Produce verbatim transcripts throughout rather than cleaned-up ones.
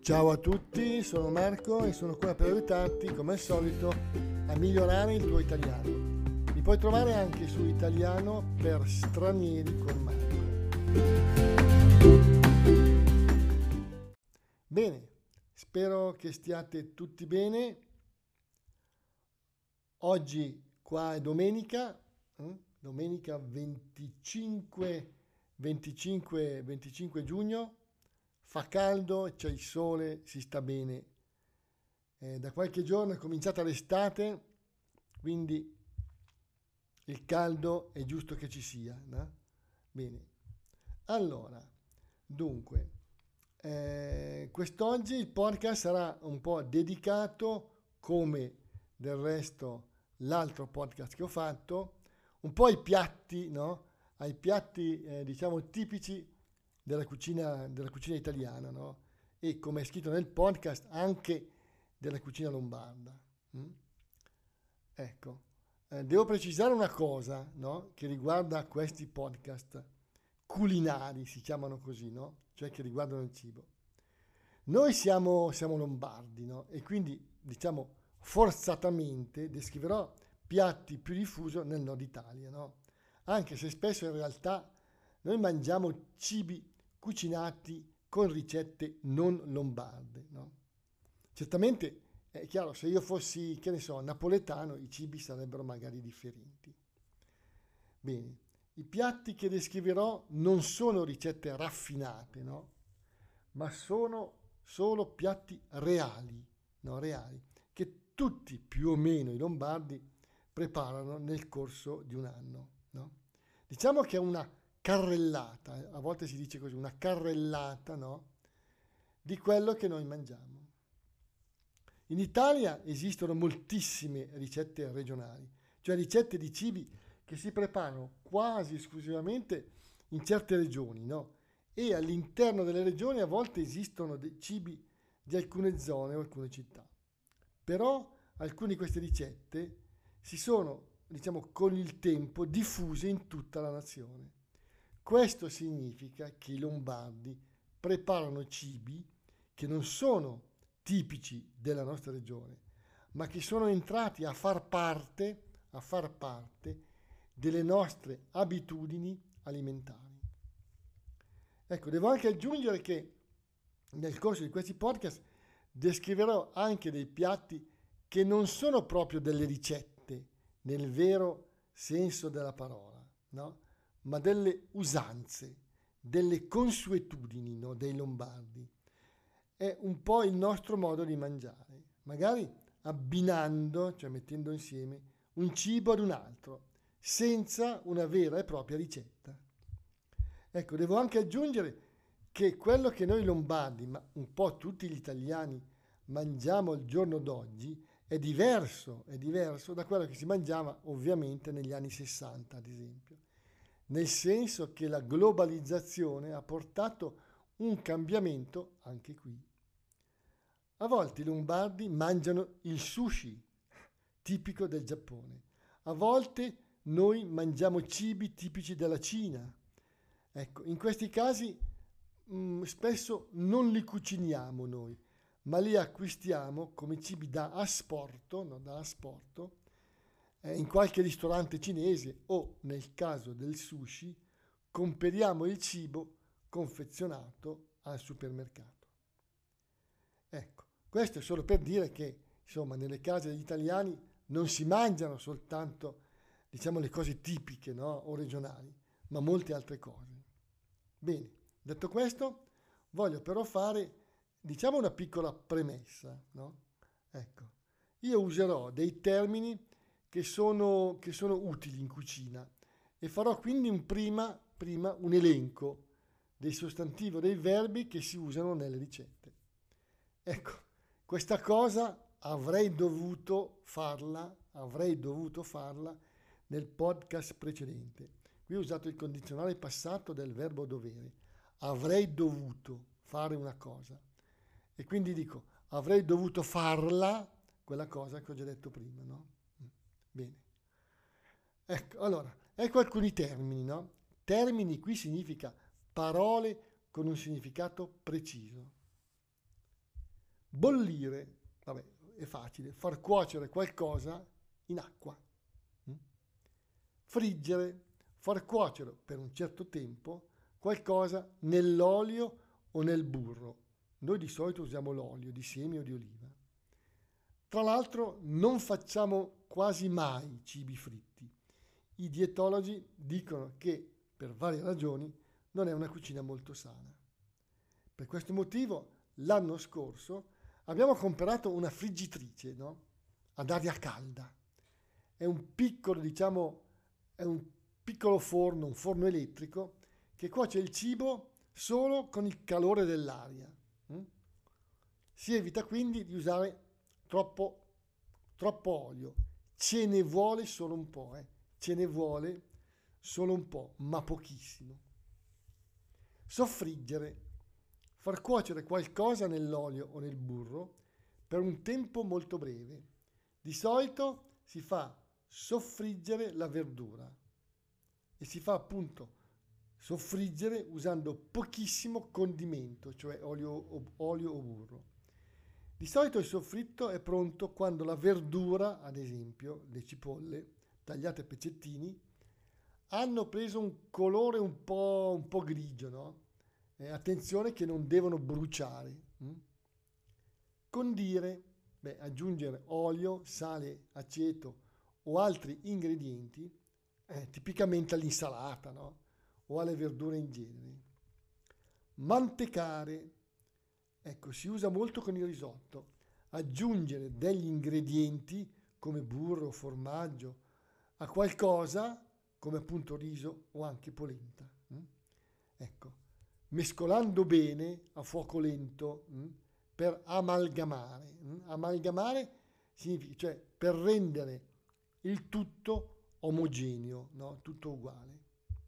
Ciao a tutti, sono Marco e sono qua per aiutarti, come al solito, a migliorare il tuo italiano. Mi puoi trovare anche su Italiano per Stranieri con Marco. Bene, spero che stiate tutti bene. Oggi qua è domenica, eh? domenica venticinque, venticinque, venticinque giugno. Fa caldo, c'è il sole, si sta bene. Eh, da qualche giorno è cominciata l'estate, quindi il caldo è giusto che ci sia, no? Bene. Allora, dunque, eh, quest'oggi il podcast sarà un po' dedicato, come del resto l'altro podcast che ho fatto, un po' ai piatti, no? Ai piatti, eh, diciamo, tipici della cucina, della cucina italiana, no? E come è scritto nel podcast anche della cucina lombarda. Mm? Ecco, eh, devo precisare una cosa, no? Che riguarda questi podcast culinari, si chiamano così, no? Cioè che riguardano il cibo. Noi siamo, siamo lombardi, no? E quindi, diciamo, forzatamente descriverò piatti più diffusi nel nord Italia, no? Anche se spesso in realtà noi mangiamo cibi cucinati con ricette non lombarde, no? Certamente è chiaro, se io fossi, che ne so, napoletano, i cibi sarebbero magari differenti. Bene, i piatti che descriverò non sono ricette raffinate, no? Ma sono solo piatti reali, no? Reali, che tutti più o meno i lombardi preparano nel corso di un anno, no? Diciamo che è una carrellata, a volte si dice così, una carrellata, no? Di quello che noi mangiamo. In Italia esistono moltissime ricette regionali, cioè ricette di cibi che si preparano quasi esclusivamente in certe regioni, no? E all'interno delle regioni a volte esistono dei cibi di alcune zone o alcune città. Però alcune di queste ricette si sono, diciamo, con il tempo diffuse in tutta la nazione. Questo significa che i lombardi preparano cibi che non sono tipici della nostra regione, ma che sono entrati a far parte, a far parte delle nostre abitudini alimentari. Ecco, devo anche aggiungere che nel corso di questi podcast descriverò anche dei piatti che non sono proprio delle ricette nel vero senso della parola, no? Ma delle usanze, delle consuetudini, no? Dei lombardi. È un po' il nostro modo di mangiare, magari abbinando, cioè mettendo insieme un cibo ad un altro, senza una vera e propria ricetta. Ecco, devo anche aggiungere che quello che noi lombardi, ma un po' tutti gli italiani, mangiamo al giorno d'oggi è diverso, è diverso da quello che si mangiava ovviamente negli anni sessanta, ad esempio, nel senso che la globalizzazione ha portato un cambiamento anche qui. A volte i lombardi mangiano il sushi, tipico del Giappone. A volte noi mangiamo cibi tipici della Cina. Ecco, in questi casi mh, spesso non li cuciniamo noi, ma li acquistiamo come cibi da asporto, no, da asporto eh, in qualche ristorante cinese o, nel caso del sushi, comperiamo il cibo confezionato al supermercato. Ecco, questo è solo per dire che, insomma, nelle case degli italiani non si mangiano soltanto, diciamo, le cose tipiche, no, o regionali, ma molte altre cose. Bene, detto questo, voglio però fare, diciamo, una piccola premessa, no? Ecco, io userò dei termini che sono, che sono utili in cucina e farò quindi un prima, prima un elenco dei sostantivi o dei verbi che si usano nelle ricette. Ecco, questa cosa avrei dovuto farla, avrei dovuto farla nel podcast precedente. Qui ho usato il condizionale passato del verbo dovere. Avrei dovuto fare una cosa. E quindi dico, avrei dovuto farla, quella cosa che ho già detto prima, no? Bene. Ecco, allora, ecco alcuni termini, no? Termini qui significa parole con un significato preciso. Bollire, vabbè, è facile, far cuocere qualcosa in acqua. Mm? Friggere, far cuocere per un certo tempo qualcosa nell'olio o nel burro. Noi di solito usiamo l'olio di semi o di oliva. Tra l'altro non facciamo quasi mai cibi fritti. I dietologi dicono che per varie ragioni non è una cucina molto sana. Per questo motivo l'anno scorso abbiamo comprato una friggitrice, no? Ad aria calda. È un piccolo, diciamo, è un piccolo forno, un forno elettrico che cuoce il cibo solo con il calore dell'aria. Mm? Si evita quindi di usare troppo, troppo olio. Ce ne vuole solo un po', eh? Ce ne vuole solo un po', ma pochissimo. Soffriggere, far cuocere qualcosa nell'olio o nel burro per un tempo molto breve. Di solito si fa soffriggere la verdura e si fa appunto soffriggere usando pochissimo condimento, cioè olio o, olio o burro. Di solito il soffritto è pronto quando la verdura, ad esempio le cipolle tagliate a pezzettini, hanno preso un colore un po', un po' grigio, no? Eh, attenzione che non devono bruciare. Hm? Condire, beh, aggiungere olio, sale, aceto o altri ingredienti, eh, tipicamente all'insalata, no? O alle verdure in genere. Mantecare, ecco, si usa molto con il risotto. Aggiungere degli ingredienti come burro, formaggio, a qualcosa come appunto riso o anche polenta. Hm? Ecco, mescolando bene a fuoco lento hm? per amalgamare. Hm? Amalgamare significa, cioè per rendere il tutto omogeneo, no? Tutto uguale.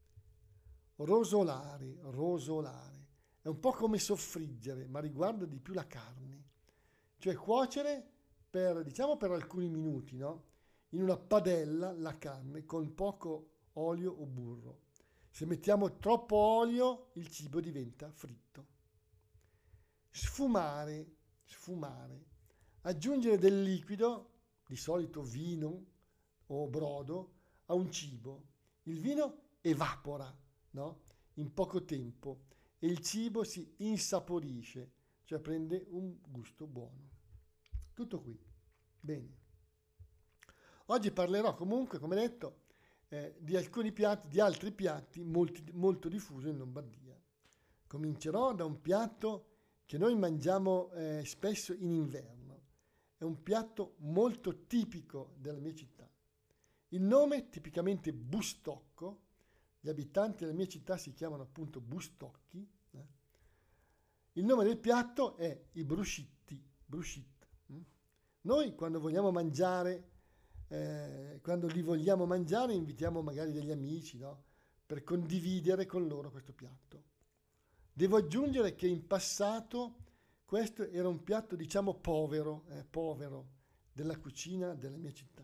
Rosolare, rosolare. È un po' come soffriggere, ma riguarda di più la carne. Cioè cuocere per, diciamo, per alcuni minuti, no? In una padella la carne con poco olio o burro. Se mettiamo troppo olio, il cibo diventa fritto. Sfumare, sfumare. Aggiungere del liquido, di solito vino o brodo, a un cibo. Il vino evapora, no? In poco tempo e il cibo si insaporisce, cioè prende un gusto buono. Tutto qui. Bene. Oggi parlerò comunque, come detto, eh, di alcuni piatti, di altri piatti molti, molto diffusi in Lombardia. Comincerò da un piatto che noi mangiamo eh, spesso in inverno. È un piatto molto tipico della mia città. Il nome, tipicamente bustocco, gli abitanti della mia città si chiamano appunto bustocchi. Eh? Il nome del piatto è i bruscitti, bruscitte. Hm? Noi quando vogliamo mangiare, eh, quando li vogliamo mangiare, invitiamo magari degli amici, no? Per condividere con loro questo piatto. Devo aggiungere che in passato questo era un piatto, diciamo, povero, eh, povero della cucina della mia città.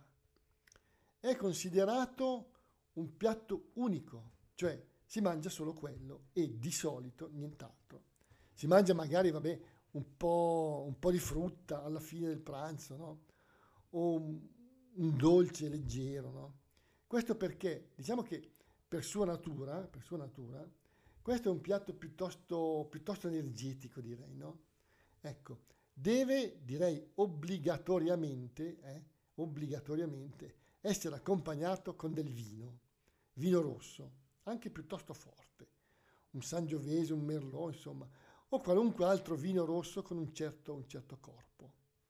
È considerato un piatto unico, cioè si mangia solo quello e di solito nient'altro. Si mangia magari, vabbè, un po', un po' di frutta alla fine del pranzo, no? O un, un dolce leggero, no? Questo perché, diciamo che per sua natura, per sua natura, questo è un piatto piuttosto, piuttosto energetico, direi, no? Ecco, deve, direi, obbligatoriamente, eh, obbligatoriamente essere accompagnato con del vino, vino rosso, anche piuttosto forte, un Sangiovese, un Merlot, insomma, o qualunque altro vino rosso con un certo, un certo corpo.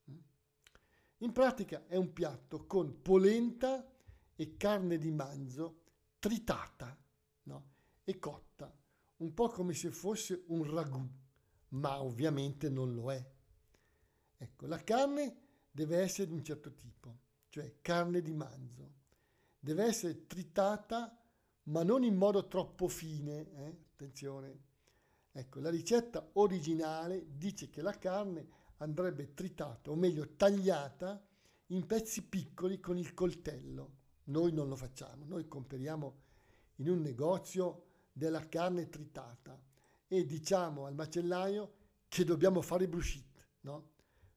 In pratica è un piatto con polenta e carne di manzo tritata, no? E cotta, un po' come se fosse un ragù, ma ovviamente non lo è. Ecco, la carne deve essere di un certo tipo, cioè carne di manzo. Deve essere tritata, ma non in modo troppo fine, eh? Attenzione. Ecco, la ricetta originale dice che la carne andrebbe tritata, o meglio tagliata, in pezzi piccoli con il coltello. Noi non lo facciamo, noi compriamo in un negozio della carne tritata e diciamo al macellaio che dobbiamo fare i bruschette, no?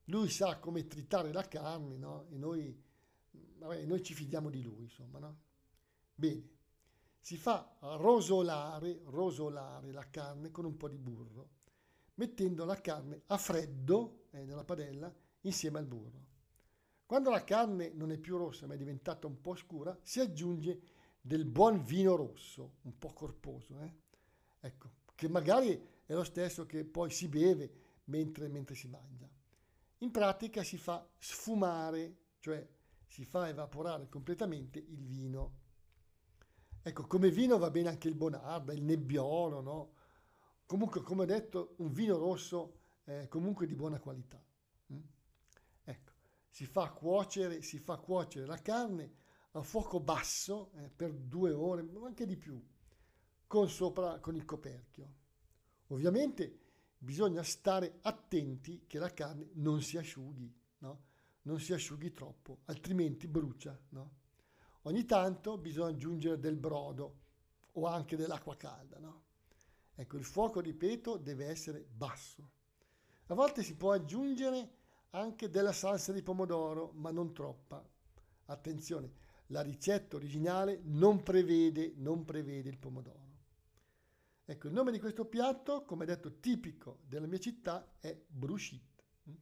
lui sa come tritare la carne, no? E noi, vabbè, noi ci fidiamo di lui, insomma, no? Bene, si fa rosolare, rosolare la carne con un po' di burro, mettendo la carne a freddo eh, nella padella insieme al burro. Quando la carne non è più rossa ma è diventata un po' scura, si aggiunge del buon vino rosso, un po' corposo, eh? Ecco, che magari è lo stesso che poi si beve mentre, mentre si mangia. In pratica si fa sfumare, cioè si fa evaporare completamente il vino. Ecco, come vino va bene anche il Bonarda, il Nebbiolo, no? Comunque, come ho detto, un vino rosso eh, comunque di buona qualità. Mm? Ecco, si fa cuocere, si fa cuocere la carne a fuoco basso eh, per due ore, ma anche di più, con sopra con il coperchio. Ovviamente bisogna stare attenti che la carne non si asciughi, no? Non si asciughi troppo, altrimenti brucia, no? Ogni tanto bisogna aggiungere del brodo o anche dell'acqua calda, no? Ecco, il fuoco, ripeto, deve essere basso. A volte si può aggiungere anche della salsa di pomodoro, ma non troppa. Attenzione, la ricetta originale non prevede, non prevede il pomodoro. Ecco, il nome di questo piatto, come detto, tipico della mia città, è bruschetta.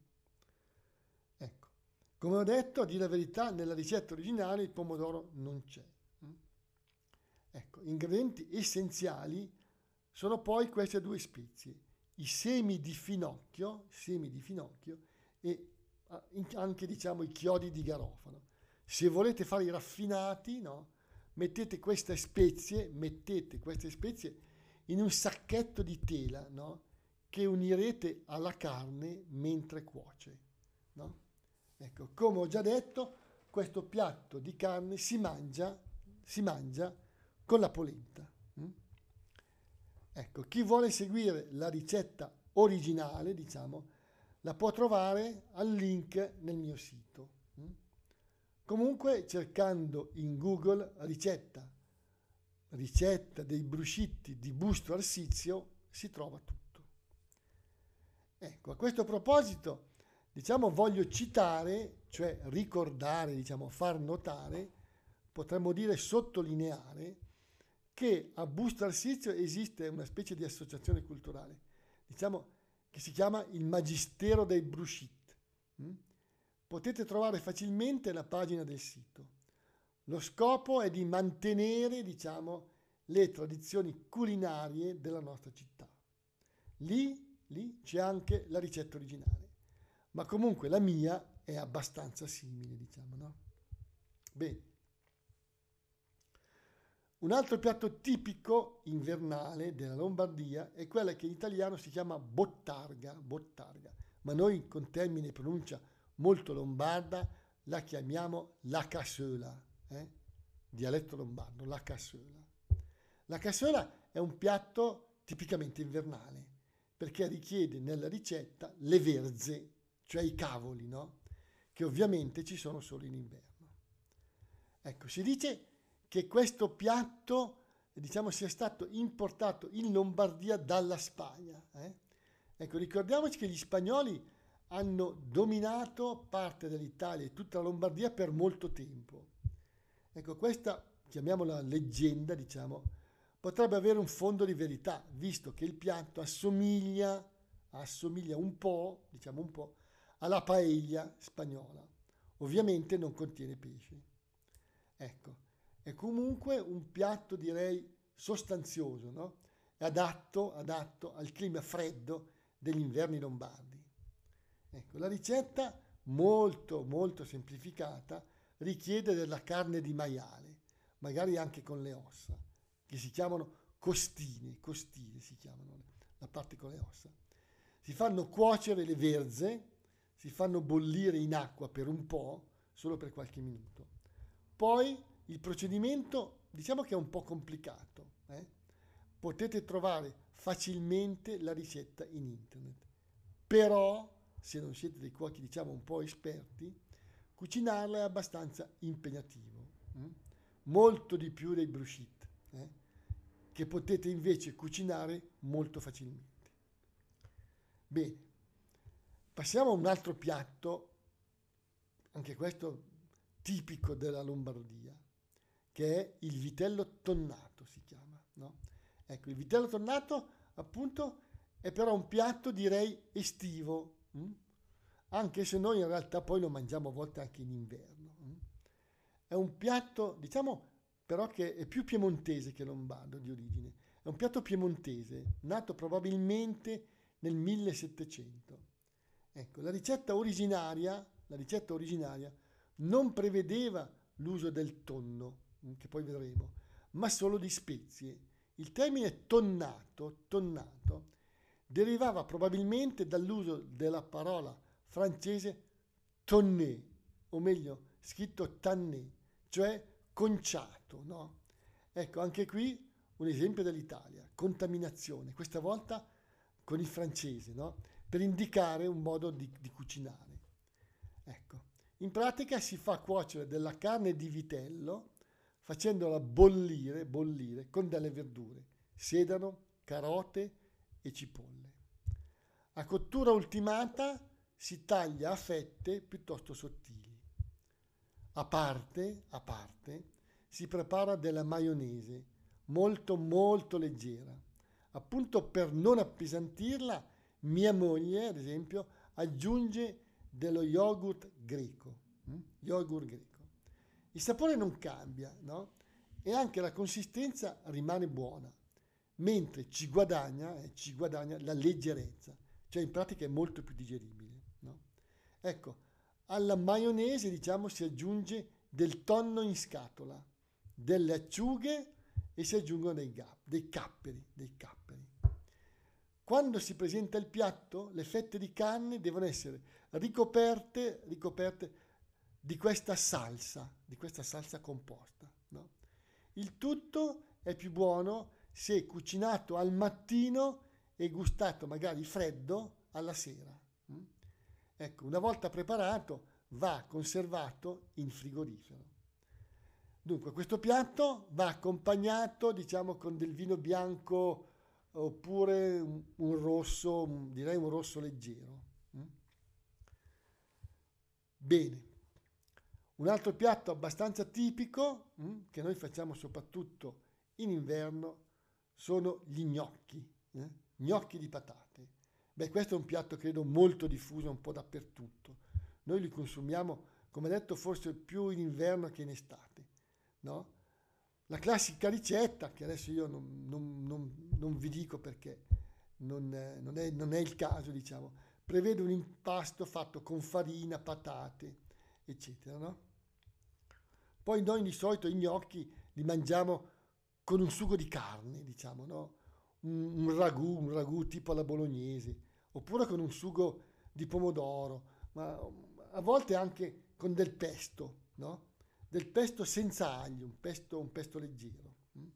Ecco, come ho detto, a dire la verità, nella ricetta originale il pomodoro non c'è. Ecco, ingredienti essenziali sono poi queste due spezie, i semi di finocchio, semi di finocchio e anche, diciamo, i chiodi di garofano. Se volete fare i raffinati, no, mettete queste spezie, mettete queste spezie in un sacchetto di tela, no, che unirete alla carne mentre cuoce, no? Ecco, come ho già detto, questo piatto di carne si mangia, si mangia con la polenta. Mm? Ecco, chi vuole seguire la ricetta originale, diciamo, la può trovare al link nel mio sito. Mm? Comunque, cercando in Google ricetta, ricetta dei bruscitti di Busto Arsizio, si trova tutto. Ecco, a questo proposito, diciamo, voglio citare, cioè ricordare, diciamo, far notare, potremmo dire sottolineare, che a Busto Arsizio esiste una specie di associazione culturale, diciamo, che si chiama il Magistero dei Bruscitti. Mm? Potete trovare facilmente la pagina del sito. Lo scopo è di mantenere, diciamo, le tradizioni culinarie della nostra città. Lì, lì c'è anche la ricetta originale, ma comunque la mia è abbastanza simile, diciamo, no? Bene. Un altro piatto tipico invernale della Lombardia è quella che in italiano si chiama bottarga, bottarga, ma noi con termine e pronuncia molto lombarda la chiamiamo la cassola, eh? Dialetto lombardo, la cassola. La cassola è un piatto tipicamente invernale perché richiede nella ricetta le verze, cioè i cavoli, no? Che ovviamente ci sono solo in inverno. Ecco, si dice che questo piatto, diciamo, sia stato importato in Lombardia dalla Spagna. Eh? Ecco, ricordiamoci che gli spagnoli hanno dominato parte dell'Italia e tutta la Lombardia per molto tempo. Ecco, questa, chiamiamola leggenda, diciamo, potrebbe avere un fondo di verità, visto che il piatto assomiglia, assomiglia un po', diciamo un po', alla paella spagnola. Ovviamente non contiene pesce. Ecco. È comunque un piatto, direi, sostanzioso, no? È adatto, adatto al clima freddo degli inverni lombardi. Ecco, la ricetta, molto, molto semplificata, richiede della carne di maiale, magari anche con le ossa, che si chiamano costine, costine si chiamano, la parte con le ossa. Si fanno cuocere le verze, si fanno bollire in acqua per un po', solo per qualche minuto. Poi il procedimento, diciamo che è un po' complicato, eh? Potete trovare facilmente la ricetta in internet, però se non siete dei cuochi, diciamo, un po' esperti, cucinarla è abbastanza impegnativo, hm? Molto di più dei bruschette, eh? Che potete invece cucinare molto facilmente. Bene, Passiamo a un altro piatto, anche questo tipico della Lombardia, che è il vitello tonnato, si chiama, no? Ecco, il vitello tonnato, appunto, è però un piatto, direi, estivo, hm? Anche se noi in realtà poi lo mangiamo a volte anche in inverno. Hm? È un piatto, diciamo, però che è più piemontese che lombardo di origine. È un piatto piemontese, nato probabilmente nel millesettecento. Ecco, la ricetta originaria, la ricetta originaria non prevedeva l'uso del tonno, che poi vedremo, ma solo di spezie. Il termine tonnato, tonnato derivava probabilmente dall'uso della parola francese tonné, o meglio, scritto tanné, cioè conciato, no? Ecco, anche qui un esempio dell'Italia, contaminazione, questa volta con il francese, no? Per indicare un modo di, di cucinare. Ecco, in pratica si fa cuocere della carne di vitello facendola bollire, bollire con delle verdure, sedano, carote e cipolle. A cottura ultimata si taglia a fette piuttosto sottili. A parte, a parte, si prepara della maionese, molto molto leggera. Appunto per non appesantirla, mia moglie, ad esempio, aggiunge dello yogurt greco. Hm? Yogurt greco. Il sapore non cambia, no? E anche la consistenza rimane buona, mentre ci guadagna, eh, ci guadagna la leggerezza, cioè in pratica è molto più digeribile, no? Ecco, alla maionese, diciamo, si aggiunge del tonno in scatola, delle acciughe e si aggiungono dei, ga- dei capperi, dei capperi. Quando si presenta il piatto, le fette di carne devono essere ricoperte, ricoperte di questa salsa, di questa salsa composta, no? Il tutto è più buono se cucinato al mattino e gustato magari freddo alla sera. Ecco, una volta preparato va conservato in frigorifero. Dunque, questo piatto va accompagnato, diciamo, con del vino bianco oppure un, un rosso, un, direi un rosso leggero. Bene. Un altro piatto abbastanza tipico, mh, che noi facciamo soprattutto in inverno, sono gli gnocchi, eh? Gnocchi di patate. Beh, questo è un piatto credo molto diffuso un po' dappertutto. Noi li consumiamo, come detto, forse più in inverno che in estate, no? La classica ricetta, che adesso io non, non, non, non vi dico perché non, non, è, non è il caso, diciamo, prevede un impasto fatto con farina, patate, eccetera, no? Poi noi di solito i gnocchi li mangiamo con un sugo di carne, diciamo, no? Un, un ragù, un ragù tipo alla bolognese, oppure con un sugo di pomodoro, ma a volte anche con del pesto, no? Del pesto senza aglio, un pesto, un pesto leggero.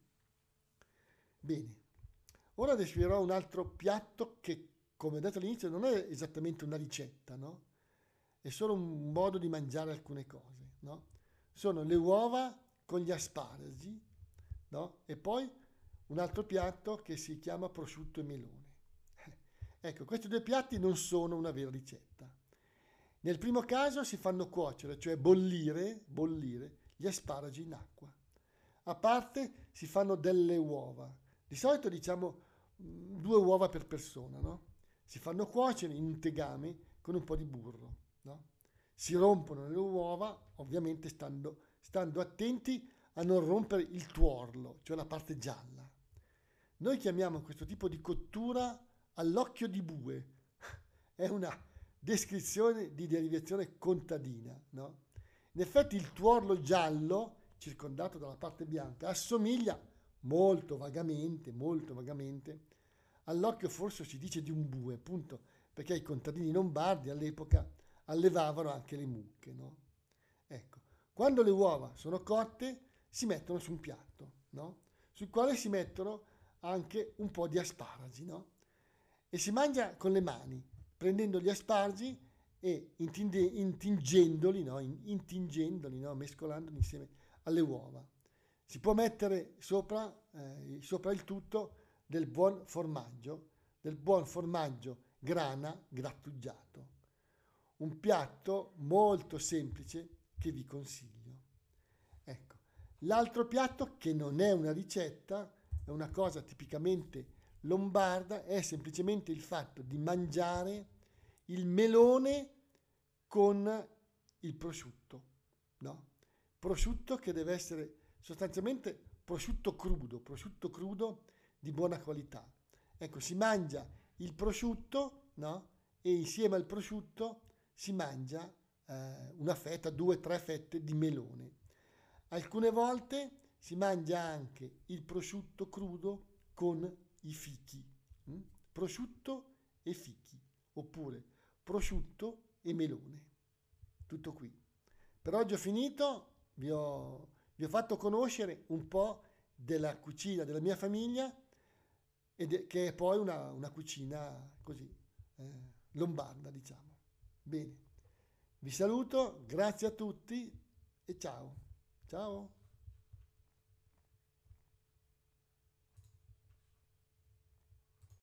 Bene, ora descriverò un altro piatto che, come ho detto all'inizio, non è esattamente una ricetta, no? È solo un modo di mangiare alcune cose, no? Sono le uova con gli asparagi, no? E poi un altro piatto che si chiama prosciutto e melone. Ecco, questi due piatti non sono una vera ricetta. Nel primo caso si fanno cuocere, cioè bollire, bollire gli asparagi in acqua. A parte si fanno delle uova. Di solito diciamo due uova per persona, no? Si fanno cuocere in un tegame con un po' di burro, no? Si rompono le uova, ovviamente stando, stando attenti a non rompere il tuorlo, cioè la parte gialla. Noi chiamiamo questo tipo di cottura all'occhio di bue. È una descrizione di derivazione contadina, no? In effetti il tuorlo giallo, circondato dalla parte bianca, assomiglia molto vagamente, molto vagamente, all'occhio forse si dice di un bue, appunto, perché i contadini lombardi all'epoca allevavano anche le mucche, no? Ecco, quando le uova sono cotte si mettono su un piatto, no? Sul quale si mettono anche un po' di asparagi, no? E si mangia con le mani, prendendo gli asparagi e intinde, intingendoli, no? Intingendoli, no? Mescolandoli insieme alle uova. Si può mettere sopra, eh, sopra il tutto del buon formaggio, del buon formaggio grana grattugiato. un piatto molto semplice che vi consiglio. Ecco, l'altro piatto che non è una ricetta, è una cosa tipicamente lombarda, è semplicemente il fatto di mangiare il melone con il prosciutto, no? Prosciutto che deve essere sostanzialmente prosciutto crudo, prosciutto crudo di buona qualità. Ecco, si mangia il prosciutto, no? E insieme al prosciutto si mangia eh, una fetta, due, tre fette di melone. Alcune volte si mangia anche il prosciutto crudo con i fichi, hm? Prosciutto e fichi, oppure prosciutto e melone. Tutto qui. Per oggi ho finito, vi ho, vi ho fatto conoscere un po' della cucina della mia famiglia, ed, che è poi una, una cucina così, eh, lombarda, diciamo. Bene, vi saluto, grazie a tutti e ciao. Ciao.